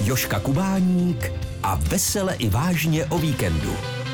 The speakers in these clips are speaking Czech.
Jožka Kubáník a vesele i vážně o víkendu.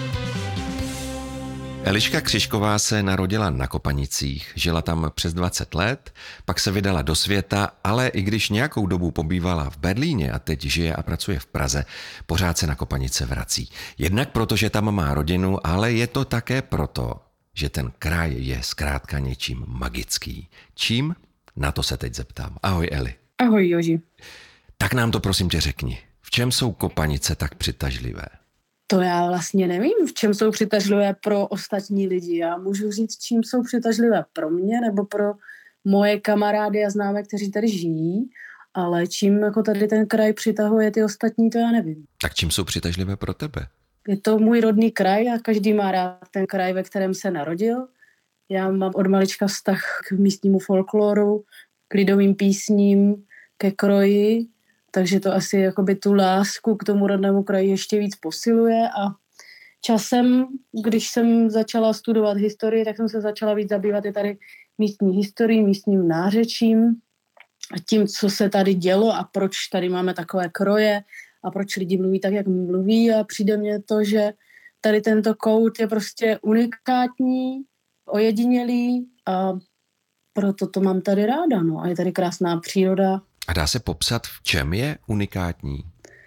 Eliška Křižková se narodila na Kopanicích, žila tam přes 20 let, pak se vydala do světa, ale i když nějakou dobu pobývala v Berlíně a teď žije a pracuje v Praze, pořád se na Kopanice vrací. Jednak proto, že tam má rodinu, ale je to také proto, že ten kraj je zkrátka něčím magický. Čím? Na to se teď zeptám. Ahoj Eli. Ahoj Joži. Tak nám to prosím tě řekni. V čem jsou Kopanice tak přitažlivé? To já vlastně nevím, v čem jsou přitažlivé pro ostatní lidi. Já můžu říct, čím jsou přitažlivé pro mě nebo pro moje kamarády a známé, kteří tady žijí, ale čím jako tady ten kraj přitahuje ty ostatní, to já nevím. Tak čím jsou přitažlivé pro tebe? Je to můj rodný kraj a každý má rád ten kraj, ve kterém se narodil. Já mám od malička vztah k místnímu folkloru, k lidovým písním, ke kroji, takže to asi jakoby tu lásku k tomu rodnému kraji ještě víc posiluje a časem, když jsem začala studovat historii, tak jsem se začala víc zabývat i tady místní historií, místním nářečím a tím, co se tady dělo a proč tady máme takové kroje a proč lidi mluví tak, jak mluví a přijde mně to, že tady tento kout je prostě unikátní, ojedinělý a proto to mám tady ráda, no a je tady krásná příroda. A dá se popsat, v čem je unikátní?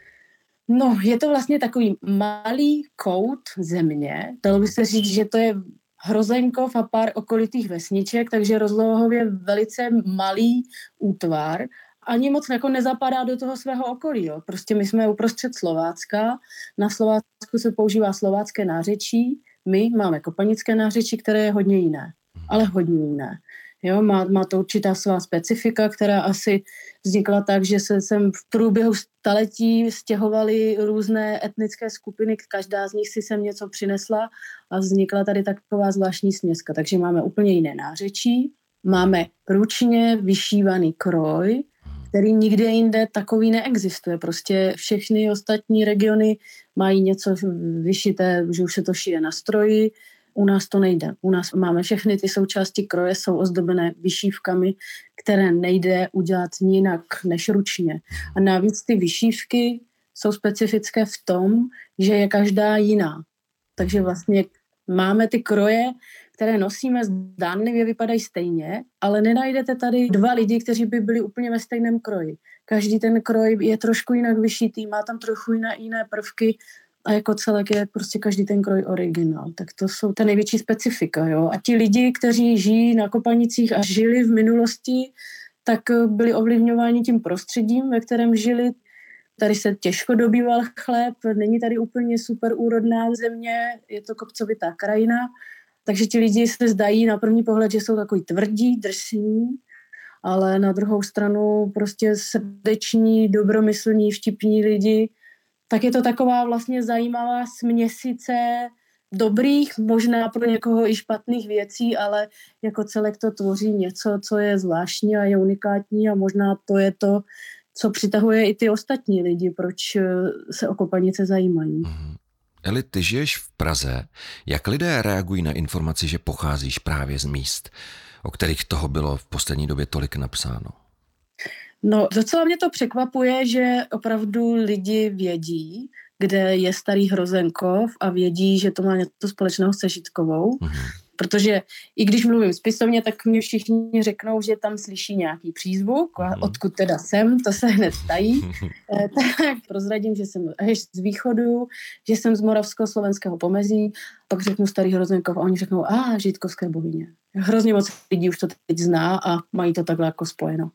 No, je to vlastně takový malý kout země. Dalo by se říct, že to je Hrozeňkov a pár okolitých vesniček, takže rozlohově velice malý útvar. Ani moc jako nezapadá do toho svého okolí. Jo. Prostě my jsme uprostřed Slovácka. Na Slovácku se používá slovácké nářečí. My máme kopanické nářečí, které je hodně jiné. Ale hodně jiné. Jo, má to určitá svá specifika, která asi vznikla tak, že se sem v průběhu staletí stěhovaly různé etnické skupiny, každá z nich si sem něco přinesla a vznikla tady taková zvláštní směska. Takže máme úplně jiné nářečí, máme ručně vyšívaný kroj, který nikde jinde takový neexistuje. Prostě všechny ostatní regiony mají něco vyšité, že už se to šije na stroji. U nás to nejde. U nás máme všechny ty součásti kroje, jsou ozdobené vyšívkami, které nejde udělat jinak než ručně. A navíc ty vyšívky jsou specifické v tom, že je každá jiná. Takže vlastně máme ty kroje, které nosíme, zdánlivě vypadají stejně, ale nenajdete tady dva lidi, kteří by byli úplně ve stejném kroji. Každý ten kroj je trošku jinak vyšitý, má tam trochu jiné prvky, a jako celek je prostě každý ten kroj originál. Tak to jsou ta největší specifika. Jo? A ti lidi, kteří žijí na Kopanicích a žili v minulosti, tak byli ovlivňováni tím prostředím, ve kterém žili. Tady se těžko dobýval chléb, není tady úplně super úrodná země, je to kopcovitá krajina, takže ti lidi se zdají na první pohled, že jsou takový tvrdí, drsní, ale na druhou stranu prostě srdeční, dobromyslní, vtipní lidi. Tak je to taková vlastně zajímavá směsice dobrých, možná pro někoho i špatných věcí, ale jako celek to tvoří něco, co je zvláštní a je unikátní a možná to je to, co přitahuje i ty ostatní lidi, proč se o Kopanice zajímají. Eli, ty žiješ v Praze. Jak lidé reagují na informaci, že pocházíš právě z míst, o kterých toho bylo v poslední době tolik napsáno? No, docela mě to překvapuje, že opravdu lidi vědí, kde je Starý Hrozeňkov a vědí, že to má něco společného se Žitkovou. Protože i když mluvím spisovně, tak mě všichni řeknou, že tam slyší nějaký přízvuk a odkud teda jsem, to se hned tají. Tak prozradím, že jsem z východu, že jsem z moravsko-slovenského pomezí, pak řeknu Starý Hrozeňkov a oni řeknou, žitkovské bohyně. Hrozně moc lidí už to teď zná a mají to takhle jako spojeno.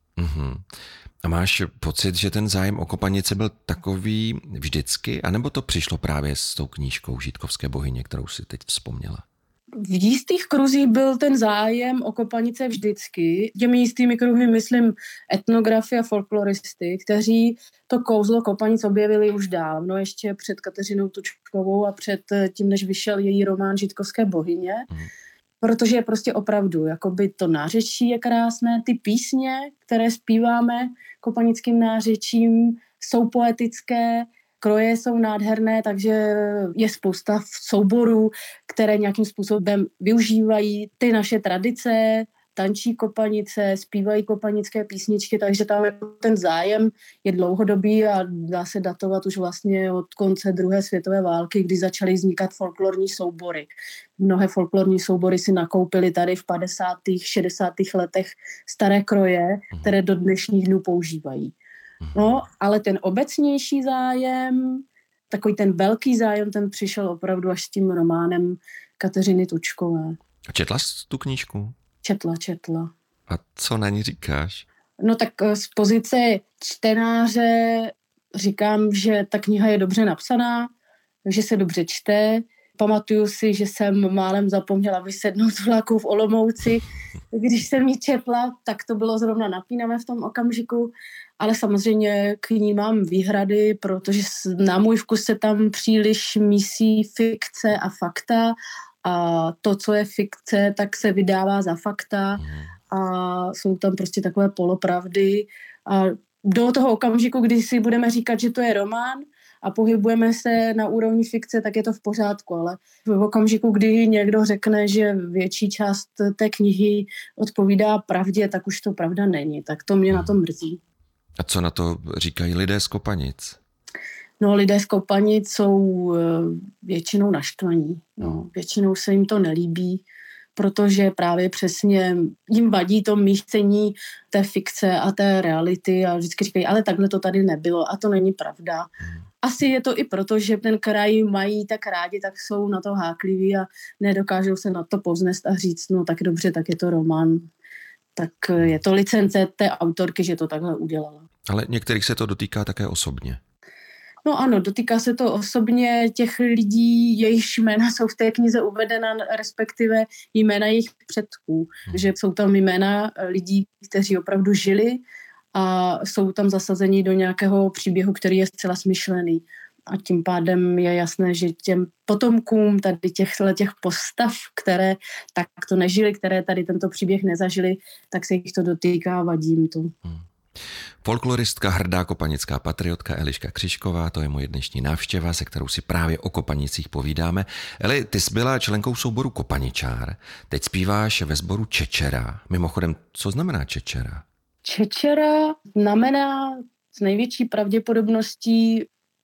A máš pocit, že ten zájem o Kopanice byl takový vždycky, anebo to přišlo právě s tou knížkou Žitkovské bohyně, kterou si teď vzpomněla? V jistých kruzích byl ten zájem o Kopanice vždycky. Těmi jistými kruhy myslím etnografy a folkloristy, kteří to kouzlo Kopanic objevili už dávno, ještě před Kateřinou Tučkovou a před tím, než vyšel její román Žitkovské bohyně. Protože je prostě opravdu, jakoby to nářečí je krásné, ty písně, které zpíváme kopanickým nářečím, jsou poetické, kroje jsou nádherné, takže je spousta souborů, které nějakým způsobem využívají ty naše tradice, tančí kopanice, zpívají kopanické písničky, takže tam jako ten zájem je dlouhodobý a dá se datovat už vlastně od konce druhé světové války, kdy začaly vznikat folklorní soubory. Mnohé folklorní soubory si nakoupili tady v 50. 60. letech staré kroje, které do dnešních dnů používají. No, ale ten obecnější zájem, takový ten velký zájem, ten přišel opravdu až s tím románem Kateřiny Tučkové. A četla jsi tu knížku? Četla. A co na ní říkáš? No tak z pozice čtenáře říkám, že ta kniha je dobře napsaná, že se dobře čte. Pamatuju si, že jsem málem zapomněla vysednout z vlaku v Olomouci. Když jsem ji četla, tak to bylo zrovna napínavé v tom okamžiku, ale samozřejmě k ní mám výhrady, protože na můj vkus se tam příliš mísí fikce a fakta a to, co je fikce, tak se vydává za fakta a jsou tam prostě takové polopravdy a do toho okamžiku, kdy si budeme říkat, že to je román a pohybujeme se na úrovni fikce, tak je to v pořádku, ale v okamžiku, kdy někdo řekne, že větší část té knihy odpovídá pravdě, tak už to pravda není, tak to mě na to mrzí. A co na to říkají lidé z Kopanic? No, lidé z Kopanic jsou většinou naštvaní. No, většinou se jim to nelíbí, protože právě přesně jim vadí to místění té fikce a té reality a vždycky říkají, ale takhle to tady nebylo a to není pravda. Asi je to i proto, že ten kraj mají tak rádi, tak jsou na to hákliví a nedokážou se na to povznést a říct, no tak dobře, tak je to román. Tak je to licence té autorky, že to takhle udělala. Ale některých se to dotýká také osobně. No ano, dotýká se to osobně těch lidí, jejichž jména jsou v té knize uvedena, respektive jména jejich předků. Že jsou tam jména lidí, kteří opravdu žili a jsou tam zasazeni do nějakého příběhu, který je zcela smyšlený. A tím pádem je jasné, že těm potomkům tady těch postav, které takto nežili, které tady tento příběh nezažili, tak se jich to dotýká a vadí jim to. Folkloristka, hrdá kopanická patriotka Eliška Křižková, to je moje dnešní návštěva, se kterou si právě o Kopanicích povídáme. Eli, ty jsi byla členkou souboru Kopaničár, teď zpíváš ve sboru Čečera. Mimochodem, co znamená Čečera? Čečera znamená s největší pravděpodobností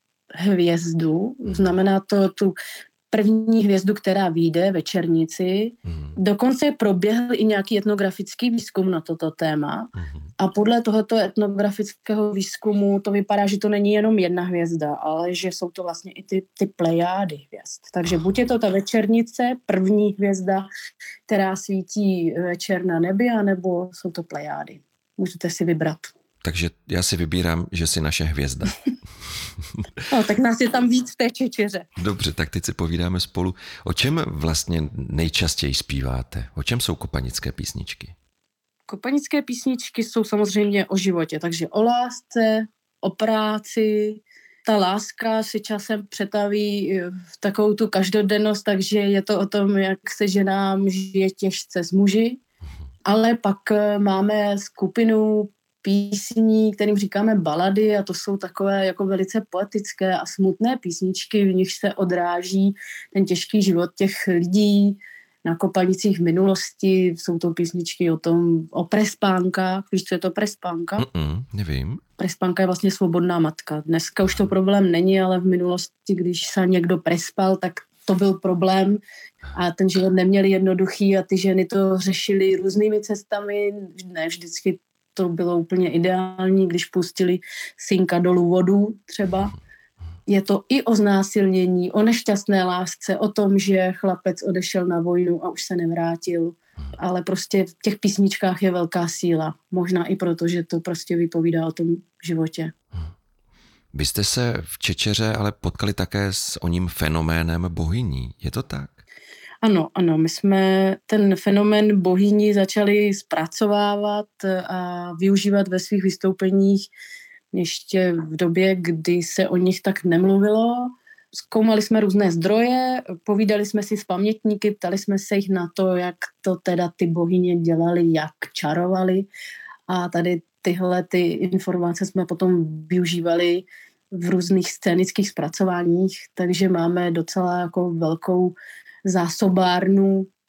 hvězdu, znamená to tu první hvězdu, která vyjde ve Černici. Dokonce proběhl i nějaký etnografický výzkum na toto téma a podle tohoto etnografického výzkumu to vypadá, že to není jenom jedna hvězda, ale že jsou to vlastně i ty plejády hvězd. Takže buď je to ta večernice, první hvězda, která svítí večer na nebi, anebo jsou to plejády. Můžete si vybrat. Takže já si vybírám, že jsi naše hvězda. No, tak nás je tam víc v té Čečeře. Dobře, tak teď si povídáme spolu. O čem vlastně nejčastěji zpíváte? O čem jsou kopanické písničky? Kopanické písničky jsou samozřejmě o životě, takže o lásce, o práci. Ta láska se časem přetaví v takovou tu každodennost, takže je to o tom, jak se ženám žije těžce s muži. Ale pak máme skupinu písní, kterým říkáme balady a to jsou takové jako velice poetické a smutné písničky, v nich se odráží ten těžký život těch lidí na Kopanicích v minulosti. Jsou to písničky o prespánkách. Víš, co je to prespánka? Nevím. Prespánka je vlastně svobodná matka. Dneska už to problém není, ale v minulosti, když se někdo prespal, tak to byl problém a ten život neměli jednoduchý a ty ženy to řešily různými cestami, ne vždycky to bylo úplně ideální, když pustili synka dolů vodu třeba. Je to i o znásilnění, o nešťastné lásce, o tom, že chlapec odešel na vojnu a už se nevrátil. Ale prostě v těch písničkách je velká síla. Možná i proto, že to prostě vypovídá o tom životě. Vy jste se v Čečeře ale potkali také s oním fenoménem bohyní. Je to tak? Ano, my jsme ten fenomén bohyní začali zpracovávat a využívat ve svých vystoupeních ještě v době, kdy se o nich tak nemluvilo. Zkoumali jsme různé zdroje, povídali jsme si s pamětníky, ptali jsme se jich na to, jak to teda ty bohyně dělali, jak čarovali a tady tyhle ty informace jsme potom využívali v různých scénických zpracováních, takže máme docela jako velkou zásobárnu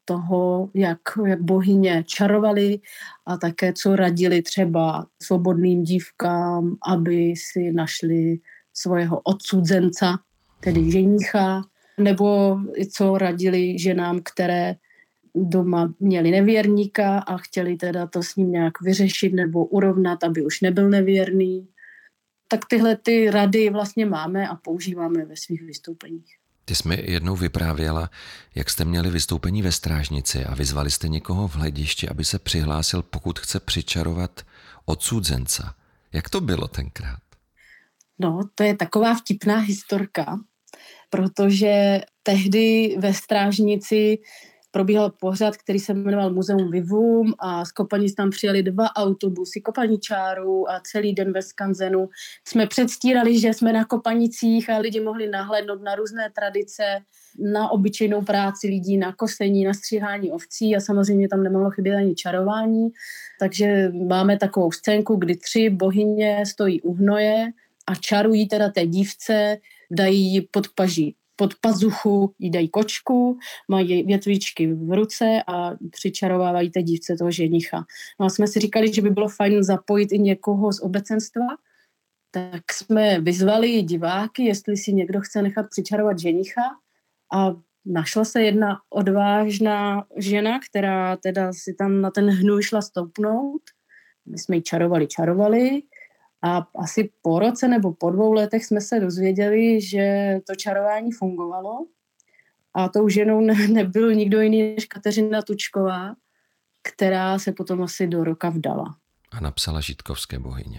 toho, jak bohyně čarovali a také co radili třeba svobodným dívkám, aby si našli svého odsouzenca, tedy ženicha, nebo co radili ženám, které doma měli nevěrníka a chtěli teda to s ním nějak vyřešit nebo urovnat, aby už nebyl nevěrný. Tak tyhle ty rady vlastně máme a používáme ve svých vystoupeních. Ty jsi mi jednou vyprávěla, jak jste měli vystoupení ve Strážnici a vyzvali jste někoho v hledišti, aby se přihlásil, pokud chce přičarovat odsouzenca. Jak to bylo tenkrát? No, to je taková vtipná historka, protože tehdy ve Strážnici probíhal pořad, který se jmenoval Muzeum Vivum a z Kopanic tam přijeli 2 autobusy kopaničárů a celý den ve skanzenu jsme předstírali, že jsme na Kopanicích a lidi mohli nahlédnout na různé tradice, na obyčejnou práci lidí, na kosení, na stříhání ovcí a samozřejmě tam nemohlo chybět ani čarování. Takže máme takovou scénku, kdy 3 bohyně stojí u hnoje a čarují teda té dívce, dají ji pod pazuchu jí dají kočku, mají větvičky v ruce a přičarovávají té dívce toho ženicha. No a jsme si říkali, že by bylo fajn zapojit i někoho z obecenstva, tak jsme vyzvali diváky, jestli si někdo chce nechat přičarovat ženicha a našla se jedna odvážná žena, která teda si tam na ten hnůj šla stoupnout. My jsme ji čarovali a asi po roce nebo po 2 letech jsme se dozvěděli, že to čarování fungovalo a tou ženou nebyl nikdo jiný než Kateřina Tučková, která se potom asi do roka vdala. A napsala Žitkovské bohyně.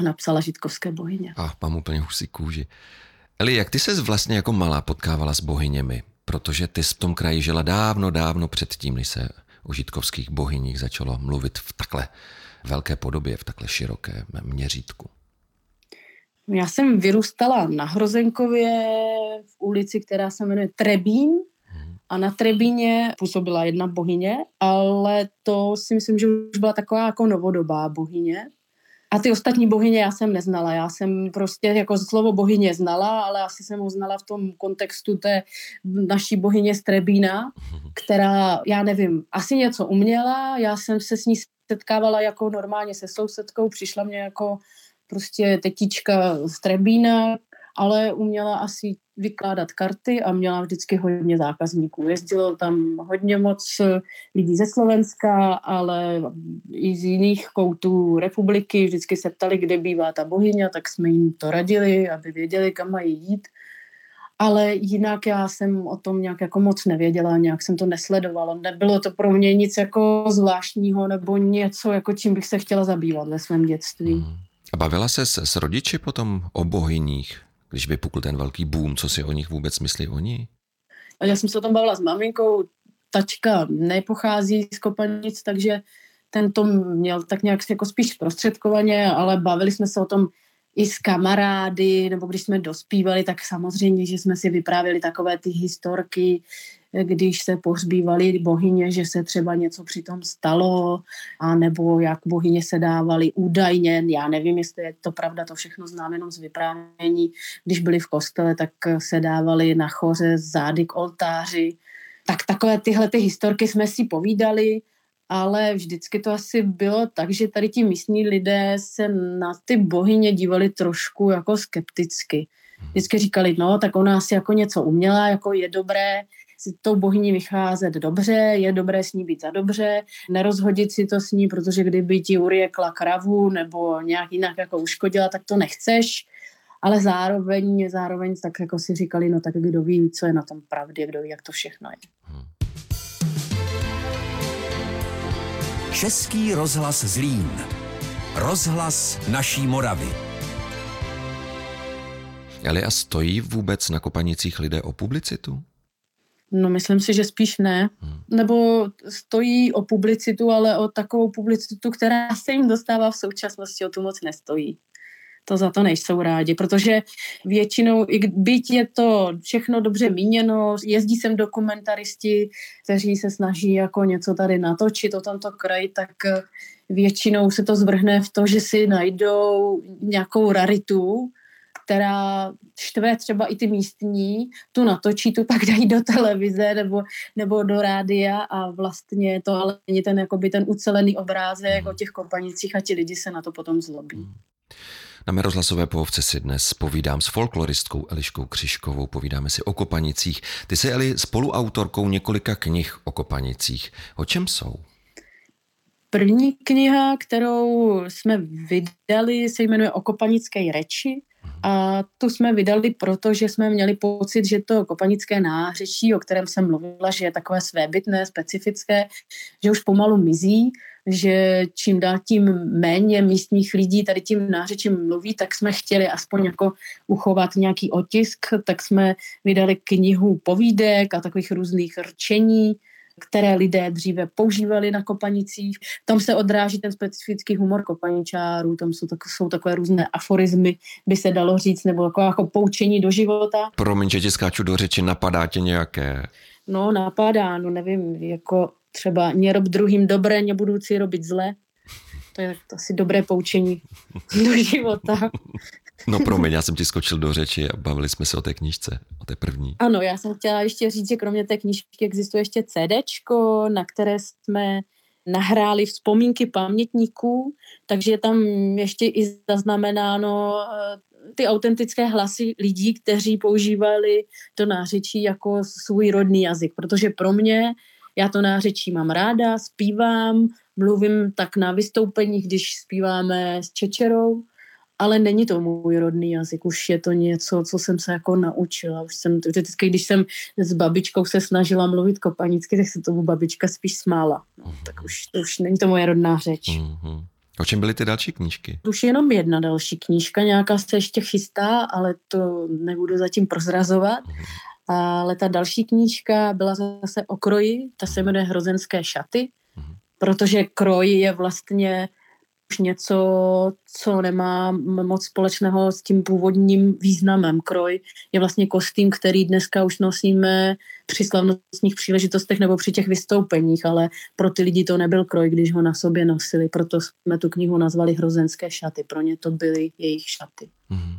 A mám úplně husí kůži. Eli, jak ty ses vlastně jako malá potkávala s bohyněmi? Protože ty jsi v tom kraji žila dávno předtím, než se o žitkovských bohyních začalo mluvit v takhle velké podobě, v takhle široké měřítku. Já jsem vyrůstala na Hrozenkově v ulici, která se jmenuje Trebín a na Trebíně působila jedna bohyně, ale to si myslím, že už byla taková jako novodobá bohyně. A ty ostatní bohyně já jsem neznala. Já jsem prostě jako slovo bohyně znala, ale asi jsem ho znala v tom kontextu té naší bohyně z Trebína, která, já nevím, asi něco uměla. Já jsem se s ní setkávala jako normálně se sousedkou, přišla mě jako prostě tetička z Trebína, ale uměla asi vykládat karty a měla vždycky hodně zákazníků. Jezdilo tam hodně moc lidí ze Slovenska, ale i z jiných koutů republiky. Vždycky se ptali, kde bývá ta bohyně, tak jsme jim to radili, aby věděli, kam mají jít. Ale jinak já jsem o tom nějak jako moc nevěděla, nějak jsem to nesledovala. Nebylo to pro mě nic jako zvláštního nebo něco, jako čím bych se chtěla zabývat ve svém dětství. A bavila se s rodiči potom o bohyních, když vypukl ten velký boom, co si o nich vůbec myslí oni? A já jsem se o tom bavila s maminkou, tačka nepochází z Kopanic, takže ten to měl tak nějak jako spíš zprostředkovaně, ale bavili jsme se o tom i s kamarády, nebo když jsme dospívali, tak samozřejmě, že jsme si vyprávěli takové ty historky, když se pohřbívali bohyně, že se třeba něco přitom stalo, a nebo jak bohyně se dávaly údajně, já nevím, jestli je to pravda, to všechno znám jenom z vyprávění, když byli v kostele, tak se dávali na choře zády k oltáři. Tak takové tyhle ty historky jsme si povídali, ale vždycky to asi bylo tak, že tady ti místní lidé se na ty bohyně dívali trošku jako skepticky. Vždycky říkali, no, tak ona asi jako něco uměla, jako je dobré si tou bohyní vycházet dobře, je dobré s ní být za dobře, nerozhodit si to s ní, protože kdyby ti uriekla kravu nebo nějak jinak jako uškodila, tak to nechceš, ale zároveň tak jako si říkali, no tak kdo ví, co je na tom pravdě, kdo ví, jak to všechno je. Český rozhlas Zlín. Rozhlas naší Moravy. Ale a stojí vůbec na Kopanicích lidé o publicitu? No, myslím si, že spíš ne. Nebo stojí o publicitu, ale o takovou publicitu, která se jim dostává v současnosti, o tu moc nestojí. To za to nejsou rádi, protože většinou, i byť je to všechno dobře míněno, jezdí sem dokumentaristi, kteří se snaží jako něco tady natočit o tomto kraji, tak většinou se to zvrhne v to, že si najdou nějakou raritu, která štve třeba i ty místní, tu natočí, tu pak dají do televize nebo do rádia a vlastně to ale není ten, jakoby ten ucelený obrázek o těch kopanicích a ti lidi se na to potom zlobí. Na mé rozhlasové pohovce si dnes povídám s folkloristkou Eliškou Křižkovou, povídáme si o Kopanicích. Ty jsi, Eli, spoluautorkou několika knih o Kopanicích. O čem jsou? První kniha, kterou jsme vydali, se jmenuje O kopanické reči a tu jsme vydali, protože jsme měli pocit, že to kopanické nářečí, o kterém jsem mluvila, že je takové svébytné, specifické, že už pomalu mizí, že čím dál tím méně místních lidí tady tím nářečím mluví, tak jsme chtěli aspoň jako uchovat nějaký otisk, tak jsme vydali knihu povídek a takových různých rčení, které lidé dříve používali na Kopanicích. Tam se odráží ten specifický humor kopaničárů, tam jsou takové různé aforizmy, by se dalo říct, nebo jako poučení do života. Promiň, že ti skáču do řeči, napadá tě nějaké? No, napadá, nevím, jako třeba nerob druhým dobré, nebudu si robit zle. To je asi dobré poučení do života. No promiň, já jsem ti skočil do řeči a bavili jsme se o té knížce, o té první. Ano, já jsem chtěla ještě říct, že kromě té knížky existuje ještě CDčko, na které jsme nahráli vzpomínky pamětníků, takže je tam ještě i zaznamenáno ty autentické hlasy lidí, kteří používali to nářečí jako svůj rodný jazyk, protože pro mě, já to nářečí mám ráda, zpívám, mluvím tak na vystoupeních, když zpíváme s Čečerou, ale není to můj rodný jazyk, už je to něco, co jsem se jako naučila. Už jsem vždycky, když jsem s babičkou se snažila mluvit kopanicky, tak se tomu babička spíš smála. No, tak už není to moje rodná řeč. Mm-hmm. O čem byly ty další knížky? Už jenom jedna další knížka, nějaká se ještě chystá, ale to nebudu zatím prozrazovat. Ale ta další knížka byla zase o kroji, ta se jmenuje Hrozenské šaty, protože kroj je vlastně už něco, co nemá moc společného s tím původním významem. Kroj je vlastně kostým, který dneska už nosíme při slavnostních příležitostech nebo při těch vystoupeních, ale pro ty lidi to nebyl kroj, když ho na sobě nosili, proto jsme tu knihu nazvali Hrozenské šaty. Pro ně to byly jejich šaty.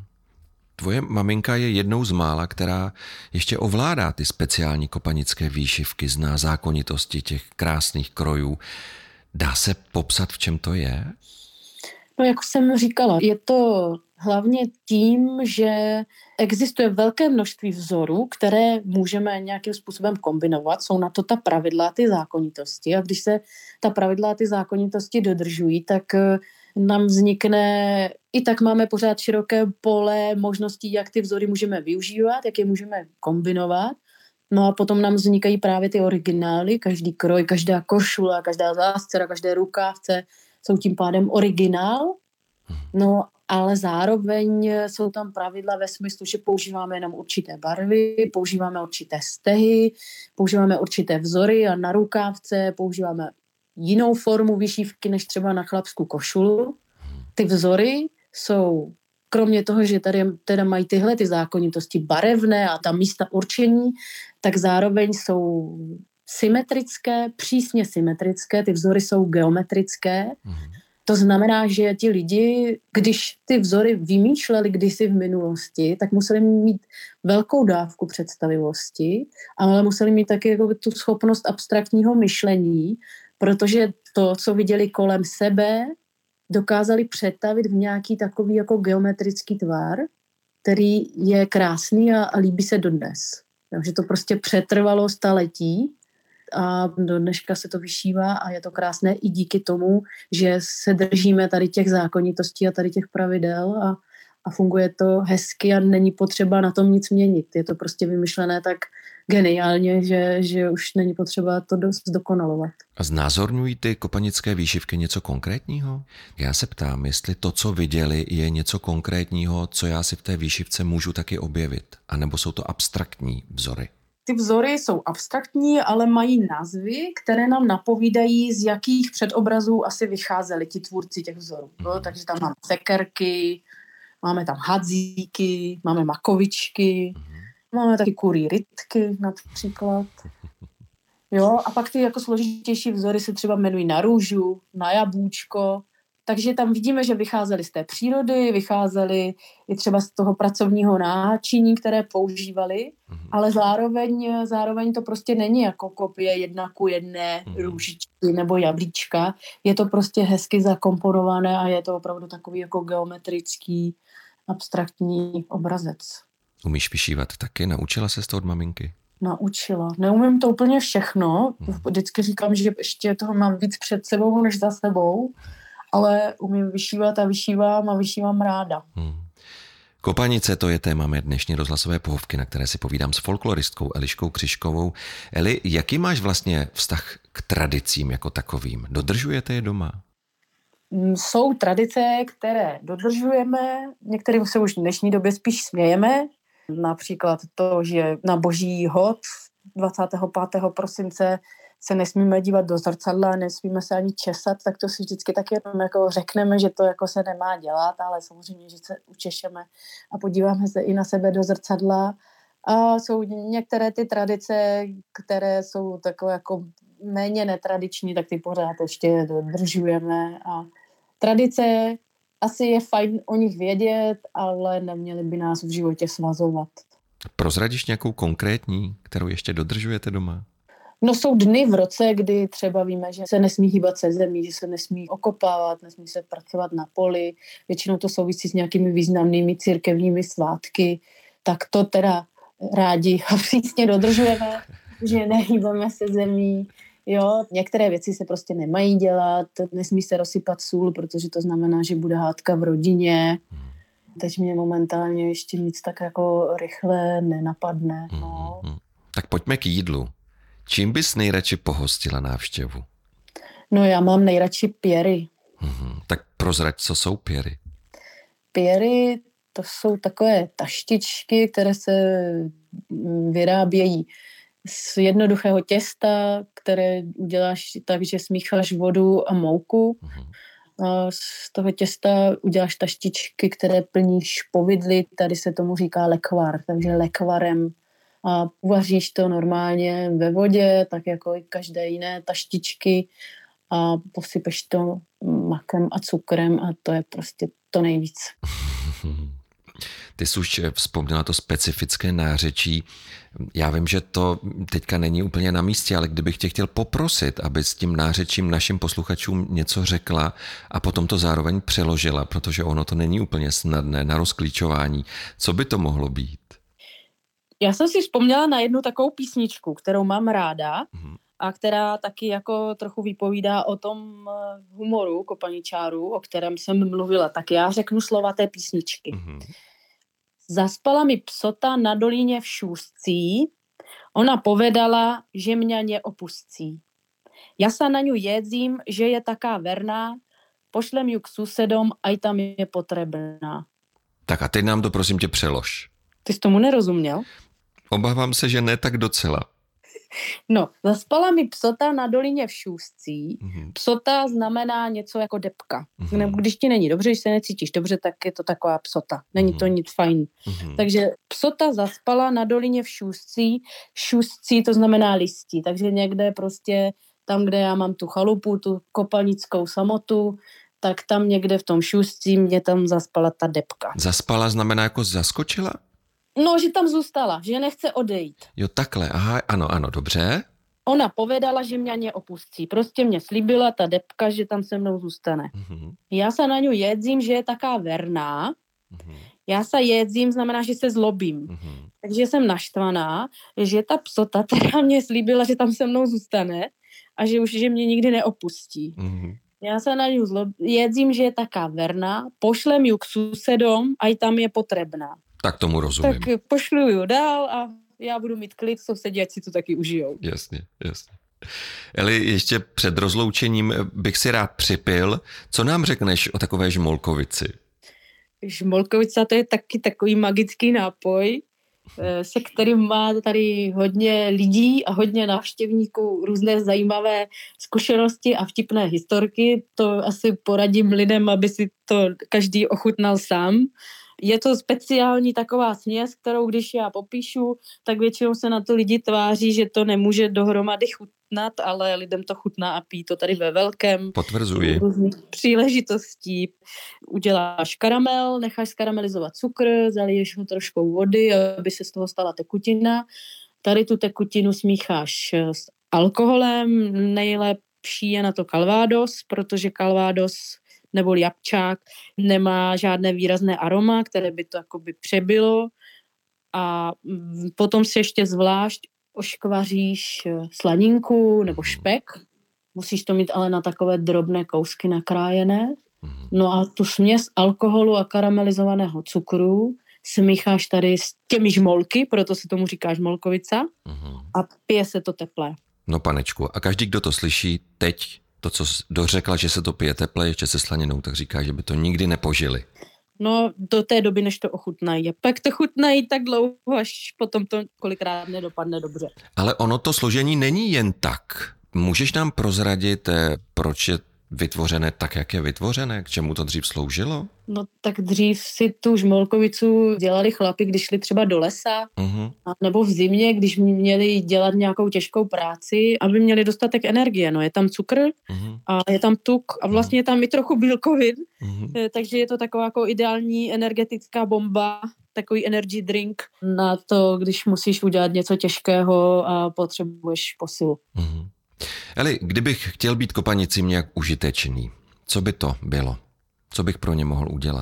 Tvoje maminka je jednou z mála, která ještě ovládá ty speciální kopanické výšivky, zná zákonitosti těch krásných krojů. Dá se popsat, v čem to je? No, jak jsem říkala, je to hlavně tím, že existuje velké množství vzorů, které můžeme nějakým způsobem kombinovat. Jsou na to ta pravidla a ty zákonitosti. A když se ta pravidla a ty zákonitosti dodržují, tak nám vznikne, i tak máme pořád široké pole možností, jak ty vzory můžeme využívat, jak je můžeme kombinovat. No a potom nám vznikají právě ty originály, každý kroj, každá košula, každá zástěra, každé rukávce jsou tím pádem originál. No ale zároveň jsou tam pravidla ve smyslu, že používáme jenom určité barvy, používáme určité stehy, používáme určité vzory a na rukávce používáme jinou formu vyšívky než třeba na chlapskou košulu. Ty vzory jsou, kromě toho, že tady teda mají tyhle ty zákonitosti barevné a ta místa určení, tak zároveň jsou symetrické, přísně symetrické, ty vzory jsou geometrické. To znamená, že ti lidi, když ty vzory vymýšleli kdysi v minulosti, tak museli mít velkou dávku představivosti, ale museli mít taky jako tu schopnost abstraktního myšlení, protože to, co viděli kolem sebe, dokázali přetavit v nějaký takový jako geometrický tvar, který je krásný a líbí se dodnes. Takže to prostě přetrvalo staletí a do dneška se to vyšívá a je to krásné i díky tomu, že se držíme tady těch zákonitostí a tady těch pravidel a funguje to hezky a není potřeba na tom nic měnit. Je to prostě vymyšlené tak geniálně, že už není potřeba to zdokonalovat. A znázorňují ty kopanické výšivky něco konkrétního? Já se ptám, jestli to, co viděli, je něco konkrétního, co já si v té výšivce můžu taky objevit, anebo jsou to abstraktní vzory? Ty vzory jsou abstraktní, ale mají názvy, které nám napovídají, z jakých předobrazů asi vycházeli ti tvůrci těch vzorů. Takže tam máme sekerky, máme tam hadzíky, máme makovičky, máme taky kurý rytky například. Jo, a pak ty jako složitější vzory se třeba jmenují na růžu, na jabůčko, Takže tam vidíme, že vycházeli z té přírody, vycházeli i třeba z toho pracovního náčiní, které používali, ale zároveň to prostě není jako kopie 1:1 růžičky nebo jablíčka. Je to prostě hezky zakomponované a je to opravdu takový jako geometrický, abstraktní obrazec. Umíš vyšívat taky? Naučila se to od maminky? Naučila. Neumím to úplně všechno. Vždycky říkám, že ještě toho mám víc před sebou než za sebou, ale umím vyšívat a vyšívám ráda. Kopanice, to je téma mé dnešní rozhlasové pohovky, na které si povídám s folkloristkou Eliškou Křižkovou. Eli, jaký máš vlastně vztah k tradicím jako takovým? Dodržujete je doma? Jsou tradice, které dodržujeme, některým se už v dnešní době spíš smějeme. Například to, že na Boží hod 25. prosince se nesmíme dívat do zrcadla, nesmíme se ani česat, tak to si vždycky tak jenom jako řekneme, že to jako se nemá dělat, ale samozřejmě, že se učešeme a podíváme se i na sebe do zrcadla. A jsou některé ty tradice, které jsou takové jako méně netradiční, tak ty pořád ještě dodržujeme. A tradice, asi je fajn o nich vědět, ale neměly by nás v životě svazovat. Prozradíš nějakou konkrétní, kterou ještě dodržujete doma? No jsou dny v roce, kdy třeba víme, že se nesmí hýbat se zemí, že se nesmí okopávat, nesmí se pracovat na poli. Většinou to souvisí s nějakými významnými církevními svátky. Tak to teda rádi a přísně dodržujeme, že nehýbeme se zemí. Jo, některé věci se prostě nemají dělat, nesmí se rozsypat sůl, protože to znamená, že bude hádka v rodině. Teď mě momentálně ještě nic tak jako rychle nenapadne. No. Tak pojďme k jídlu. Čím bys nejradši pohostila návštěvu? No já mám nejradši pěry. Tak prozrať, co jsou pěry. Pěry, to jsou takové taštičky, které se vyrábějí z jednoduchého těsta, které uděláš tak, že smícháš vodu a mouku. A z toho těsta uděláš taštičky, které plníš povidly, tady se tomu říká lekvar, takže lekvarem. A uvaříš to normálně ve vodě, tak jako i každé jiné taštičky a posypeš to makem a cukrem a to je prostě to nejvíc. Ty jsi už vzpomněla to specifické nářečí. Já vím, že to teďka není úplně na místě, ale kdybych tě chtěl poprosit, aby s tím nářečím našim posluchačům něco řekla a potom to zároveň přeložila, protože ono to není úplně snadné na rozklíčování. Co by to mohlo být? Já jsem si vzpomněla na jednu takovou písničku, kterou mám ráda a která taky jako trochu vypovídá o tom humoru kopaničáru, o kterém jsem mluvila. Tak já řeknu slova té písničky. Zaspala mi psota na dolíně v šústcí, ona povedala, že mě neopustí. Ja sa na ňu jedzím, že je taká verná, pošlem ju k susedom, aj tam je potrebná. Tak a teď nám to prosím tě přelož. Ty jsi tomu nerozuměl? Obávám se, že ne tak docela. No, zaspala mi psota na dolině v šústcí. Psota znamená něco jako depka. Nebo když ti není dobře, když se necítíš dobře, tak je to taková psota. Není to nic fajn. Takže psota zaspala na dolině v šústcí. Šústcí to znamená listí. Takže někde prostě tam, kde já mám tu chalupu, tu kopanickou samotu, tak tam někde v tom šústcí mě tam zaspala ta depka. Zaspala znamená jako zaskočila? No, že tam zůstala, že nechce odejít. Jo, takhle, aha, ano, dobře. Ona povedala, že mě neopustí. Prostě mě slíbila ta depka, že tam se mnou zůstane. Já se na ňu jedzím, že je taká verná. Já se jedzím znamená, že se zlobím. Takže jsem naštvaná, že ta psota teda mě slíbila, že tam se mnou zůstane a že mě nikdy neopustí. Já se na ňu jedzím, že je taká verná, pošlem ju k susedom, aj tam je potrebná. Tak tomu rozumím. Tak pošlu ju dál a já budu mít klid, sousedí, ať si to taky užijou. Jasně. Eli, ještě před rozloučením bych si rád připil. Co nám řekneš o takové žmolkovici? Žmolkovica to je taky takový magický nápoj, se kterým má tady hodně lidí a hodně návštěvníků různé zajímavé zkušenosti a vtipné historky. To asi poradím lidem, aby si to každý ochutnal sám. Je to speciální taková směs, kterou když já popíšu, tak většinou se na to lidi tváří, že to nemůže dohromady chutnat, ale lidem to chutná a pí to tady ve velkém. Potvrzuji. Příležitostí. Uděláš karamel, necháš skaramelizovat cukr, zaliješ ho troškou vody, aby se z toho stala tekutina. Tady tu tekutinu smícháš s alkoholem, nejlepší je na to Calvados, protože Calvados nebo jabčák nemá žádné výrazné aroma, které by to jakoby přebylo a potom si ještě zvlášť oškvaříš slaninku nebo špek. Musíš to mít ale na takové drobné kousky nakrájené. No a tu směs alkoholu a karamelizovaného cukru smícháš tady s těmi žmolky, proto se tomu říká žmolkovica a pije se to teplé. No panečku, a každý, kdo to slyší teď, to, co dořekla, že se to pije teple, ještě se slaninou, tak říká, že by to nikdy nepožili. No, do té doby, než to ochutnají. A pak to chutnají tak dlouho, až potom to kolikrát nedopadne dobře. Ale ono to složení není jen tak. Můžeš nám prozradit, proč je vytvořené tak, jak je vytvořené? K čemu to dřív sloužilo? No tak dřív si tu žmolkovicu dělali chlapi, když šli třeba do lesa, nebo v zimě, když měli dělat nějakou těžkou práci, aby měli dostatek energie. No je tam cukr a je tam tuk a vlastně je tam i trochu bílkovin, takže je to taková jako ideální energetická bomba, takový energy drink na to, když musíš udělat něco těžkého a potřebuješ posilu. Eli, kdybych chtěl být kopanicím nějak užitečný, co by to bylo? Co bych pro ně mohl udělat?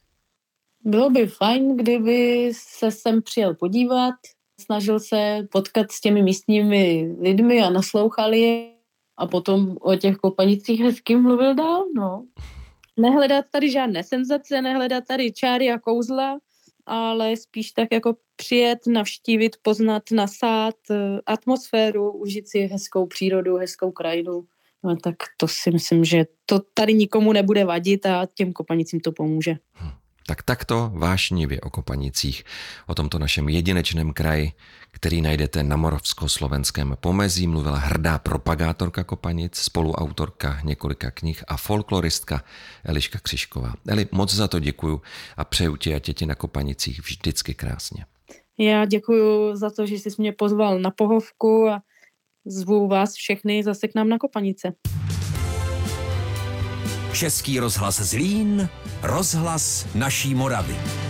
Bylo by fajn, kdyby se sem přijel podívat, snažil se potkat s těmi místními lidmi a naslouchal je a potom o těch kopanicích hezky mluvil dál, no. Nehledat tady žádné senzace, nehledat tady čáry a kouzla, ale spíš tak jako přijet, navštívit, poznat, nasát atmosféru, užít si hezkou přírodu, hezkou krajinu. No, tak to si myslím, že to tady nikomu nebude vadit a těm kopanicím to pomůže. Tak takto vášnivě o Kopanicích, o tomto našem jedinečném kraji, který najdete na moravskoslovenském pomezí, mluvila hrdá propagátorka Kopanic, spoluautorka několika knih a folkloristka Eliška Křižková. Eli, moc za to děkuju a přeju ti a těti na Kopanicích vždycky krásně. Já děkuju za to, že jsi mě pozval na pohovku a zvu vás všechny zase k nám na Kopanice. Český rozhlas Zlín, rozhlas naší Moravy.